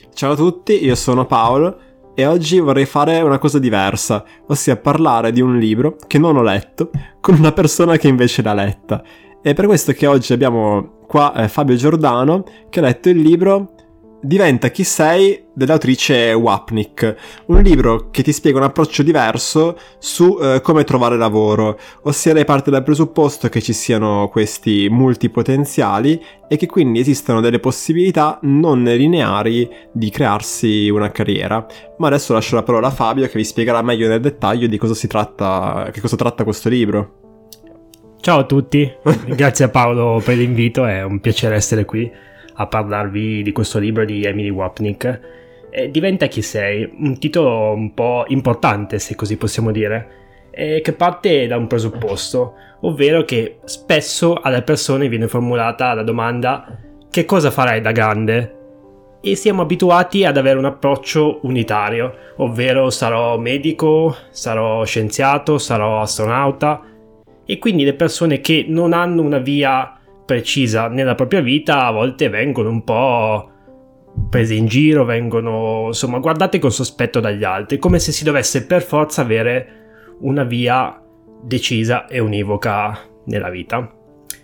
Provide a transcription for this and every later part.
Ciao a tutti, io sono Paolo e oggi vorrei fare una cosa diversa, ossia parlare di un libro che non ho letto con una persona che invece l'ha letta. E per questo che oggi abbiamo qua Fabio Giordano che ha letto il libro Diventa chi sei dell'autrice Wapnick, un libro che ti spiega un approccio diverso su come trovare lavoro, ossia lei parte dal presupposto che ci siano questi multipotenziali e che quindi esistano delle possibilità non lineari di crearsi una carriera. Ma adesso lascio la parola a Fabio che vi spiegherà meglio nel dettaglio di cosa si tratta, che cosa tratta questo libro. Ciao a tutti, grazie a Paolo per l'invito, è un piacere essere qui a parlarvi di questo libro di Emily Wapnick. Diventa chi sei, un titolo un po' importante, se così possiamo dire, che parte da un presupposto, ovvero che spesso alle persone viene formulata la domanda: che cosa farai da grande? E siamo abituati ad avere un approccio unitario, ovvero sarò medico, sarò scienziato, sarò astronauta, e quindi le persone che non hanno una via precisa nella propria vita a volte vengono un po' prese in giro, vengono insomma guardate con sospetto dagli altri, come se si dovesse per forza avere una via decisa e univoca nella vita.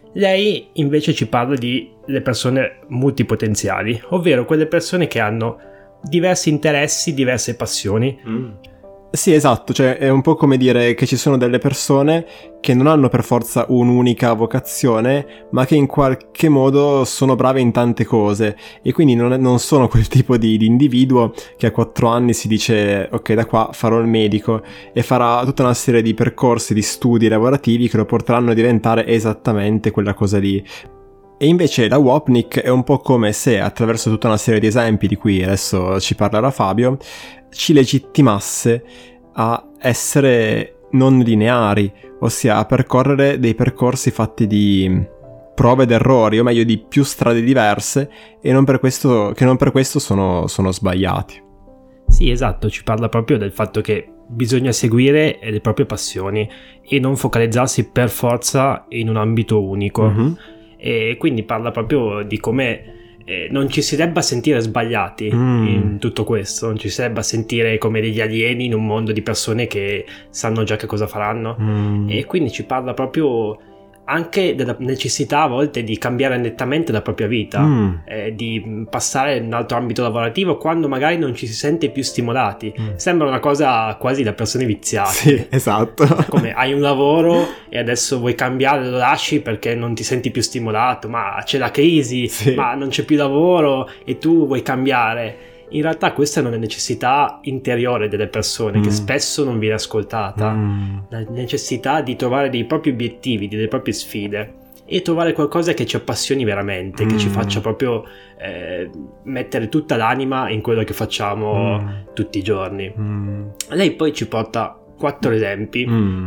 Lei invece ci parla di le persone multipotenziali, ovvero quelle persone che hanno diversi interessi, diverse passioni. Sì, esatto, cioè è un po' come dire che ci sono delle persone che non hanno per forza un'unica vocazione, ma che in qualche modo sono brave in tante cose e quindi non sono quel tipo di individuo che a 4 anni si dice ok, da qua farò il medico e farà tutta una serie di percorsi, di studi lavorativi che lo porteranno a diventare esattamente quella cosa lì. E invece la Wapnick è un po' come se, attraverso tutta una serie di esempi di cui adesso ci parlerà Fabio, ci legittimasse a essere non lineari, ossia a percorrere dei percorsi fatti di prove ed errori, o meglio di più strade diverse, e non per questo sono sbagliati. Sì, esatto, ci parla proprio del fatto che bisogna seguire le proprie passioni e non focalizzarsi per forza in un ambito unico. Mm-hmm. E quindi parla proprio di come non ci si debba sentire sbagliati in tutto questo, non ci si debba sentire come degli alieni in un mondo di persone che sanno già che cosa faranno. E quindi ci parla proprio anche della necessità a volte di cambiare nettamente la propria vita, di passare in un altro ambito lavorativo quando magari non ci si sente più stimolati. Sembra una cosa quasi da persone viziate. Sì, esatto. Come hai un lavoro e adesso vuoi cambiare, lo lasci perché non ti senti più stimolato, ma c'è la crisi, sì. Ma non c'è più lavoro e tu vuoi cambiare. In realtà questa è una necessità interiore delle persone che spesso non viene ascoltata, la necessità di trovare dei propri obiettivi, delle proprie sfide e trovare qualcosa che ci appassioni veramente, che ci faccia proprio mettere tutta l'anima in quello che facciamo tutti i giorni. Lei poi ci porta 4 esempi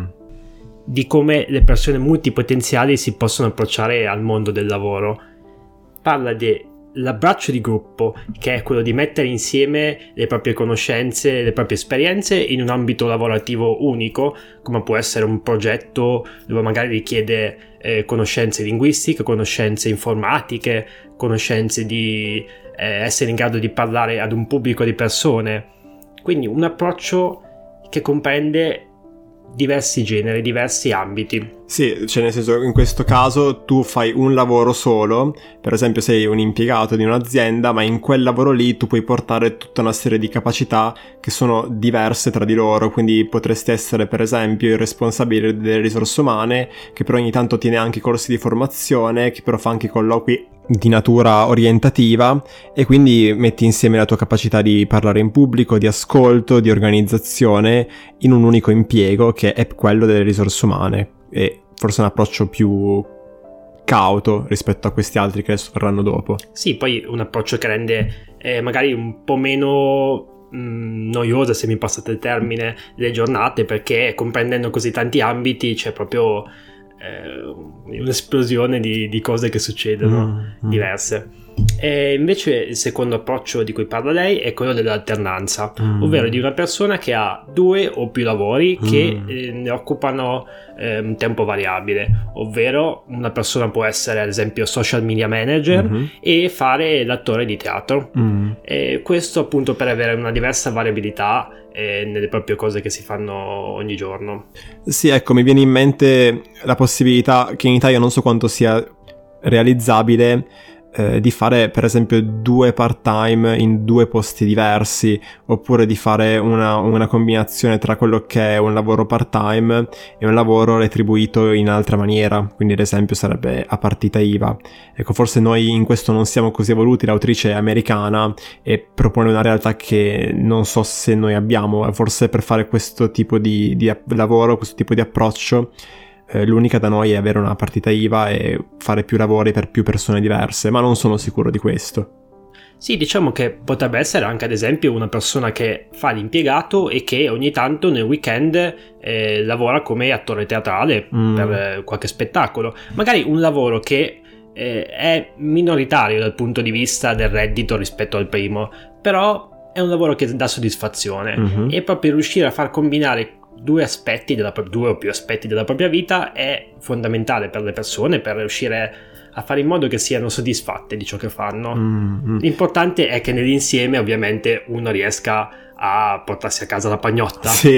di come le persone multipotenziali si possono approcciare al mondo del lavoro. Parla dell'abbraccio di gruppo, che è quello di mettere insieme le proprie conoscenze, le proprie esperienze in un ambito lavorativo unico, come può essere un progetto dove magari richiede conoscenze linguistiche, conoscenze informatiche, conoscenze di essere in grado di parlare ad un pubblico di persone. Quindi un approccio che comprende diversi generi, diversi ambiti. Sì, cioè nel senso, in questo caso tu fai un lavoro solo, per esempio sei un impiegato di un'azienda, ma in quel lavoro lì tu puoi portare tutta una serie di capacità che sono diverse tra di loro, quindi potresti essere per esempio il responsabile delle risorse umane, che però ogni tanto tiene anche corsi di formazione, che però fa anche colloqui di natura orientativa e quindi metti insieme la tua capacità di parlare in pubblico, di ascolto, di organizzazione in un unico impiego che è quello delle risorse umane. E forse un approccio più cauto rispetto a questi altri che adesso verranno dopo. Sì, poi un approccio che rende magari un po' meno noiosa, se mi passate il termine, le giornate, perché comprendendo così tanti ambiti c'è proprio un'esplosione di cose che succedono diverse. E invece il secondo approccio di cui parla lei è quello dell'alternanza, ovvero di una persona che ha 2 o più lavori che ne occupano un tempo variabile, ovvero una persona può essere ad esempio social media manager e fare l'attore di teatro, e questo appunto per avere una diversa variabilità nelle proprie cose che si fanno ogni giorno. Sì, ecco, mi viene in mente la possibilità, che in Italia non so quanto sia realizzabile, di fare per esempio 2 part-time in 2 posti diversi, oppure di fare una combinazione tra quello che è un lavoro part-time e un lavoro retribuito in altra maniera, quindi ad esempio sarebbe a partita IVA. Ecco, forse noi in questo non siamo così evoluti, l'autrice è americana e propone una realtà che non so se noi abbiamo, forse per fare questo tipo di lavoro, questo tipo di approccio, l'unica da noi è avere una partita IVA e fare più lavori per più persone diverse, ma non sono sicuro di questo. Sì, diciamo che potrebbe essere anche ad esempio una persona che fa l'impiegato e che ogni tanto nel weekend lavora come attore teatrale per qualche spettacolo. Magari un lavoro che è minoritario dal punto di vista del reddito rispetto al primo, però è un lavoro che dà soddisfazione, e proprio riuscire a far combinare 2 o più aspetti della propria vita è fondamentale per le persone, per riuscire a fare in modo che siano soddisfatte di ciò che fanno. L'importante è che nell'insieme ovviamente uno riesca a portarsi a casa la pagnotta. Sì,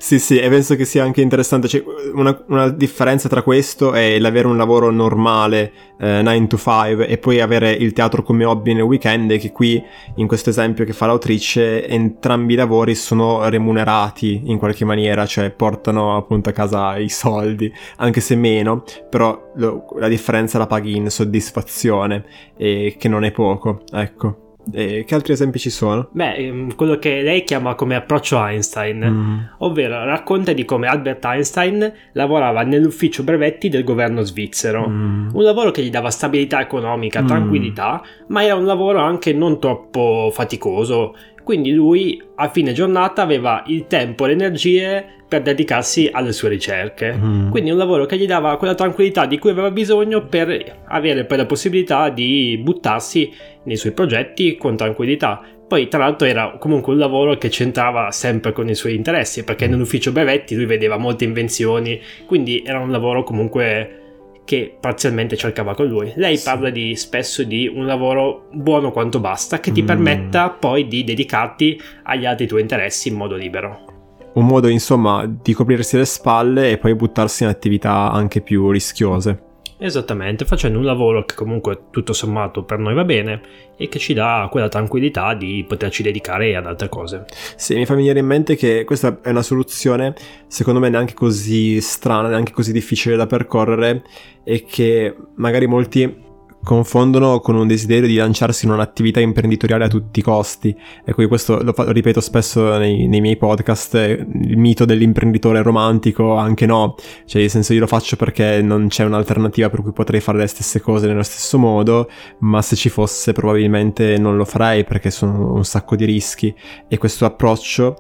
e penso che sia anche interessante, cioè, una differenza tra questo e l'avere un lavoro normale 9 to 5 e poi avere il teatro come hobby nel weekend, è che qui in questo esempio che fa l'autrice entrambi i lavori sono remunerati in qualche maniera, cioè portano appunto a casa i soldi, anche se meno, però la differenza la paghi in soddisfazione, e che non è poco, ecco. E che altri esempi ci sono? Beh, quello che lei chiama come approccio Einstein, ovvero racconta di come Albert Einstein lavorava nell'ufficio brevetti del governo svizzero, un lavoro che gli dava stabilità economica, tranquillità, ma era un lavoro anche non troppo faticoso, quindi lui a fine giornata aveva il tempo e le energie per dedicarsi alle sue ricerche, quindi un lavoro che gli dava quella tranquillità di cui aveva bisogno per avere poi la possibilità di buttarsi nei suoi progetti con tranquillità. Poi tra l'altro era comunque un lavoro che c'entrava sempre con i suoi interessi, perché nell'ufficio brevetti lui vedeva molte invenzioni, quindi era un lavoro comunque che parzialmente cercava con lui. Lei parla spesso di un lavoro buono quanto basta, che ti permetta poi di dedicarti agli altri tuoi interessi in modo libero. Un modo, insomma, di coprirsi le spalle e poi buttarsi in attività anche più rischiose. Esattamente, facendo un lavoro che comunque tutto sommato per noi va bene e che ci dà quella tranquillità di poterci dedicare ad altre cose. Sì, mi fa venire in mente che questa è una soluzione secondo me neanche così strana, neanche così difficile da percorrere, e che magari molti confondono con un desiderio di lanciarsi in un'attività imprenditoriale a tutti i costi. Ecco, questo lo ripeto spesso nei miei podcast, il mito dell'imprenditore romantico, anche no, cioè nel senso io lo faccio perché non c'è un'alternativa per cui potrei fare le stesse cose nello stesso modo, ma se ci fosse probabilmente non lo farei perché sono un sacco di rischi, e questo approccio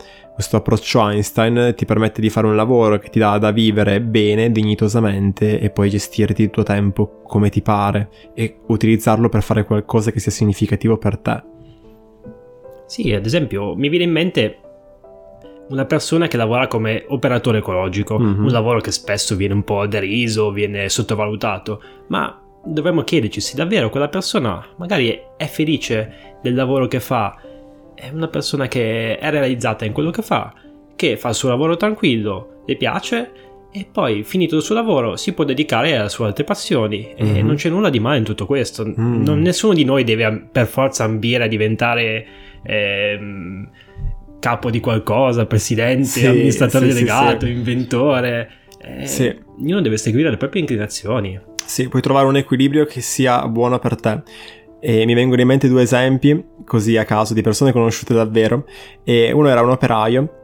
Einstein ti permette di fare un lavoro che ti dà da vivere bene, dignitosamente, e poi gestirti il tuo tempo come ti pare e utilizzarlo per fare qualcosa che sia significativo per te. Sì, ad esempio mi viene in mente una persona che lavora come operatore ecologico, un lavoro che spesso viene un po' deriso, viene sottovalutato, ma dovremmo chiederci se davvero quella persona magari è felice del lavoro che fa. È una persona che è realizzata in quello che fa il suo lavoro tranquillo, le piace, e poi finito il suo lavoro si può dedicare alle sue altre passioni, e non c'è nulla di male in tutto questo. Nessuno di noi deve per forza ambire a diventare capo di qualcosa, presidente, amministratore delegato, inventore. Ognuno deve seguire le proprie inclinazioni. Sì, puoi trovare un equilibrio che sia buono per te. E mi vengono in mente 2 esempi, così a caso, di persone conosciute davvero. E uno era un operaio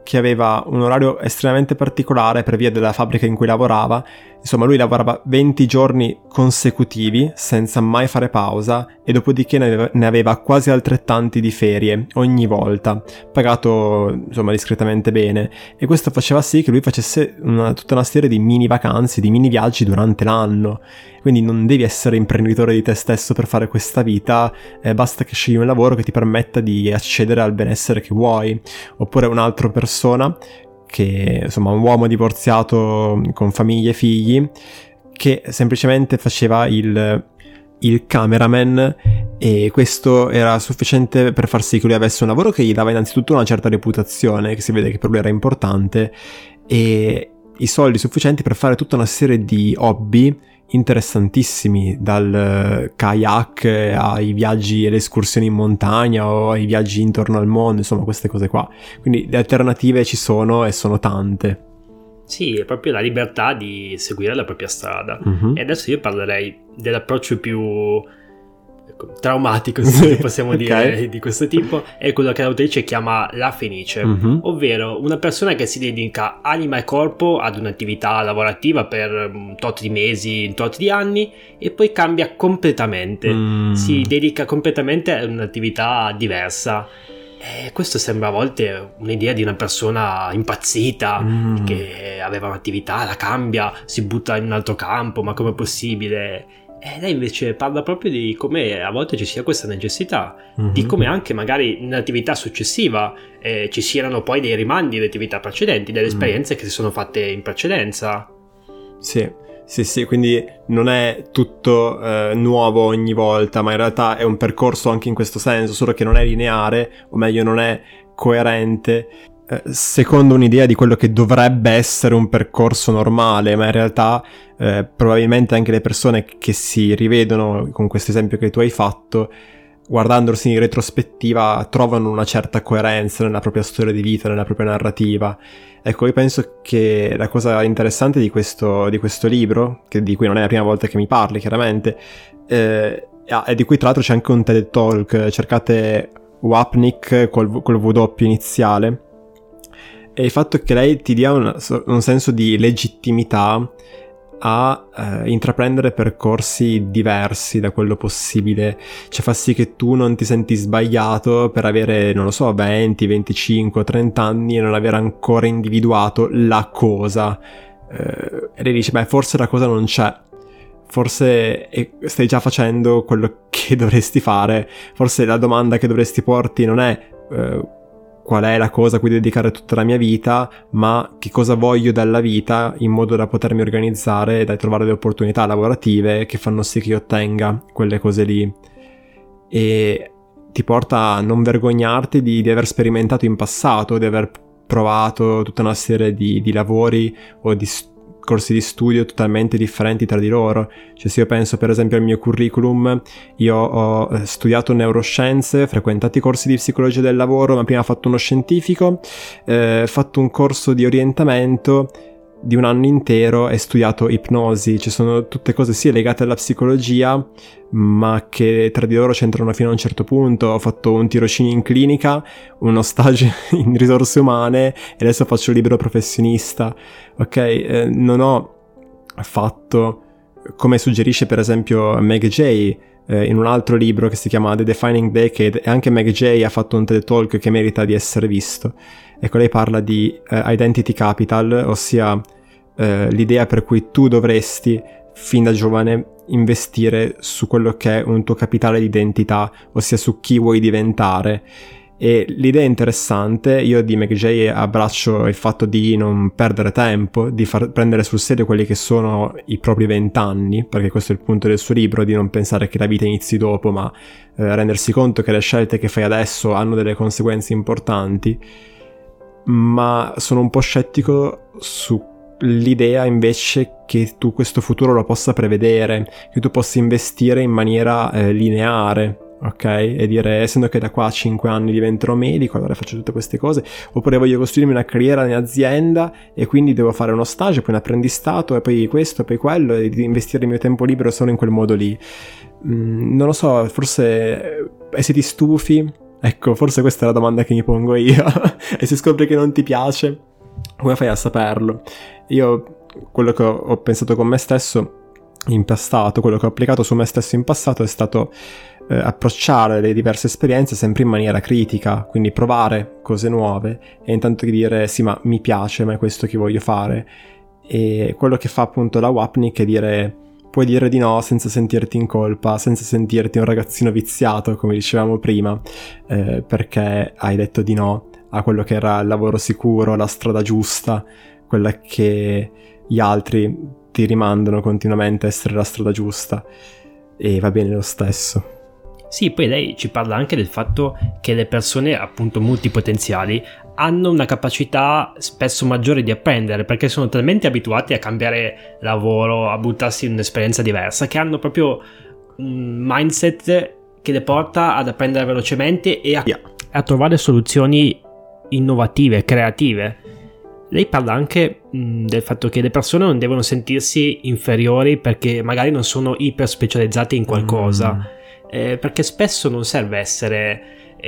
che aveva un orario estremamente particolare per via della fabbrica in cui lavorava. Insomma, lui lavorava 20 giorni consecutivi senza mai fare pausa e dopodiché ne aveva quasi altrettanti di ferie ogni volta, pagato insomma discretamente bene, e questo faceva sì che lui facesse tutta una serie di mini vacanze, di mini viaggi durante l'anno. Quindi non devi essere imprenditore di te stesso per fare questa vita, basta che scegli un lavoro che ti permetta di accedere al benessere che vuoi. Oppure un'altra persona, che insomma un uomo divorziato con famiglie e figli, che semplicemente faceva il cameraman, e questo era sufficiente per far sì che lui avesse un lavoro che gli dava innanzitutto una certa reputazione, che si vede che per lui era importante, e i soldi sufficienti per fare tutta una serie di hobby interessantissimi, dal kayak ai viaggi e le escursioni in montagna o ai viaggi intorno al mondo, insomma queste cose qua. Quindi le alternative ci sono e sono tante. Sì, è proprio la libertà di seguire la propria strada. E adesso io parlerei dell'approccio più traumatico, se possiamo dire, di questo tipo, è quello che l'autrice chiama la fenice, ovvero una persona che si dedica anima e corpo ad un'attività lavorativa per un tot di mesi, un tot di anni, e poi cambia completamente, si dedica completamente a un'attività diversa. E questo sembra a volte un'idea di una persona impazzita che aveva un'attività, la cambia, si butta in un altro campo, ma com'è possibile? E lei invece parla proprio di come a volte ci sia questa necessità, di come anche magari nell'attività successiva ci siano poi dei rimandi delle attività precedenti, delle esperienze che si sono fatte in precedenza. Sì, quindi non è tutto nuovo ogni volta, ma in realtà è un percorso anche in questo senso, solo che non è lineare, o meglio non è coerente, secondo un'idea di quello che dovrebbe essere un percorso normale, ma in realtà probabilmente anche le persone che si rivedono con questo esempio che tu hai fatto, guardandosi in retrospettiva, trovano una certa coerenza nella propria storia di vita, nella propria narrativa. Ecco, io penso che la cosa interessante di questo libro, di cui non è la prima volta che mi parli chiaramente, e di cui tra l'altro c'è anche un TED Talk, cercate Wapnick col W iniziale, e il fatto che lei ti dia un senso di legittimità a intraprendere percorsi diversi da quello possibile, cioè fa sì che tu non ti senti sbagliato per avere, non lo so, 20, 25, 30 anni e non aver ancora individuato la cosa. E lei dice, beh, forse la cosa non c'è, forse stai già facendo quello che dovresti fare, forse la domanda che dovresti porti non è qual è la cosa a cui dedicare tutta la mia vita, ma che cosa voglio dalla vita, in modo da potermi organizzare e da trovare le opportunità lavorative che fanno sì che io ottenga quelle cose lì. E ti porta a non vergognarti di aver sperimentato in passato, di aver provato tutta una serie di lavori o di corsi di studio totalmente differenti tra di loro. Cioè, se io penso per esempio al mio curriculum, io ho studiato neuroscienze, frequentato i corsi di psicologia del lavoro, ma prima ho fatto uno scientifico, fatto un corso di orientamento di un anno intero e studiato ipnosi. Ci sono tutte cose sì legate alla psicologia, ma che tra di loro c'entrano fino a un certo punto. Ho fatto un tirocinio in clinica, uno stage in risorse umane e adesso faccio libero professionista. Ok, non ho fatto, come suggerisce per esempio Meg Jay in un altro libro che si chiama The Defining Decade, e anche Meg Jay ha fatto un TED Talk che merita di essere visto. Ecco, lei parla di identity capital, ossia l'idea per cui tu dovresti fin da giovane investire su quello che è un tuo capitale di identità, ossia su chi vuoi diventare. E l'idea è interessante. Io di Meg Jay abbraccio il fatto di non perdere tempo, di far prendere sul serio quelli che sono i propri 20 anni, perché questo è il punto del suo libro, di non pensare che la vita inizi dopo, ma rendersi conto che le scelte che fai adesso hanno delle conseguenze importanti. Ma sono un po' scettico sull'idea invece che tu questo futuro lo possa prevedere, che tu possa investire in maniera lineare, ok? E dire, essendo che da qua a 5 anni diventerò medico, allora faccio tutte queste cose, oppure voglio costruirmi una carriera in azienda e quindi devo fare uno stage, poi un apprendistato e poi questo e poi quello, e di investire il mio tempo libero solo in quel modo lì. Non lo so, forse se ti stufi Ecco, forse questa è la domanda che mi pongo io. E se scopri che non ti piace, come fai a saperlo? Io, quello che ho pensato con me stesso in passato, quello che ho applicato su me stesso in passato è stato approcciare le diverse esperienze sempre in maniera critica, quindi provare cose nuove e intanto di dire sì, ma mi piace, ma è questo che voglio fare. E quello che fa appunto la Wapnick è dire: puoi dire di no senza sentirti in colpa, senza sentirti un ragazzino viziato, come dicevamo prima, perché hai detto di no a quello che era il lavoro sicuro, la strada giusta, quella che gli altri ti rimandano continuamente a essere la strada giusta, e va bene lo stesso. Sì, poi lei ci parla anche del fatto che le persone, appunto multipotenziali, hanno una capacità spesso maggiore di apprendere, perché sono talmente abituati a cambiare lavoro, a buttarsi in un'esperienza diversa, che hanno proprio un mindset che le porta ad apprendere velocemente e a trovare soluzioni innovative, creative. Lei parla anche del fatto che le persone non devono sentirsi inferiori perché magari non sono iper specializzate in qualcosa, perché spesso non serve essere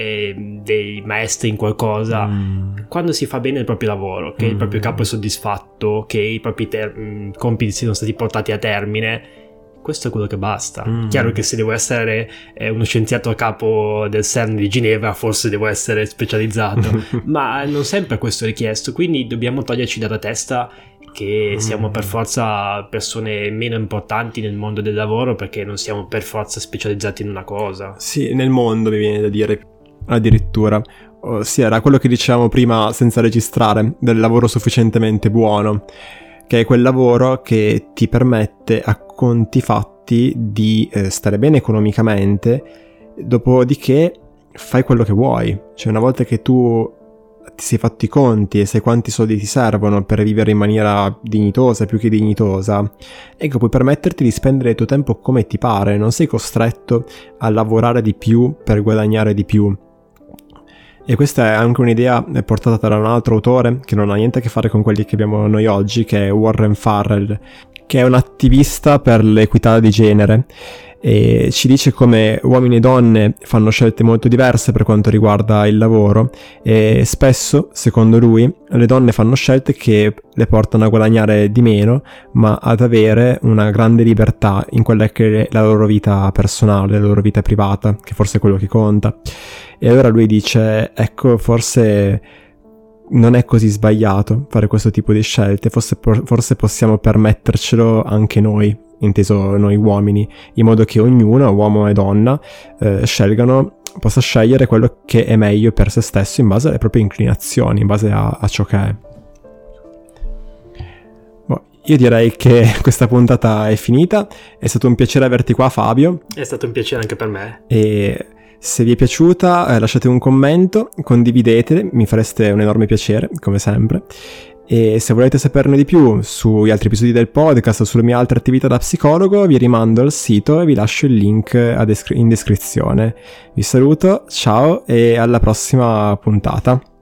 dei maestri in qualcosa. Quando si fa bene il proprio lavoro, che il proprio capo è soddisfatto, che i propri compiti siano stati portati a termine, questo è quello che basta. Chiaro che se devo essere uno scienziato a capo del CERN di Ginevra, forse devo essere specializzato, ma non sempre questo è richiesto, quindi dobbiamo toglierci dalla testa che siamo per forza persone meno importanti nel mondo del lavoro perché non siamo per forza specializzati in una cosa. Sì, nel mondo mi viene da dire addirittura. Sì, era quello che dicevamo prima senza registrare, del lavoro sufficientemente buono, che è quel lavoro che ti permette a conti fatti di stare bene economicamente, dopodiché fai quello che vuoi. Cioè, una volta che tu ti sei fatti i conti e sai quanti soldi ti servono per vivere in maniera dignitosa, più che dignitosa, ecco, puoi permetterti di spendere il tuo tempo come ti pare, non sei costretto a lavorare di più per guadagnare di più. E questa è anche un'idea portata da un altro autore che non ha niente a che fare con quelli che abbiamo noi oggi, che è Warren Farrell, che è un attivista per l'equità di genere, e ci dice come uomini e donne fanno scelte molto diverse per quanto riguarda il lavoro, e spesso, secondo lui, le donne fanno scelte che le portano a guadagnare di meno, ma ad avere una grande libertà in quella che è la loro vita personale, la loro vita privata, che forse è quello che conta. E allora lui dice, ecco, forse non è così sbagliato fare questo tipo di scelte, forse possiamo permettercelo anche noi, inteso noi uomini, in modo che ognuno, uomo e donna, possa scegliere quello che è meglio per se stesso in base alle proprie inclinazioni, in base a ciò che è. Io direi che questa puntata è finita, è stato un piacere averti qua, Fabio. È stato un piacere anche per me. E se vi è piaciuta lasciate un commento, condividete, mi fareste un enorme piacere, come sempre. E se volete saperne di più sugli altri episodi del podcast o sulle mie altre attività da psicologo, vi rimando al sito e vi lascio il link in descrizione. Vi saluto, ciao e alla prossima puntata.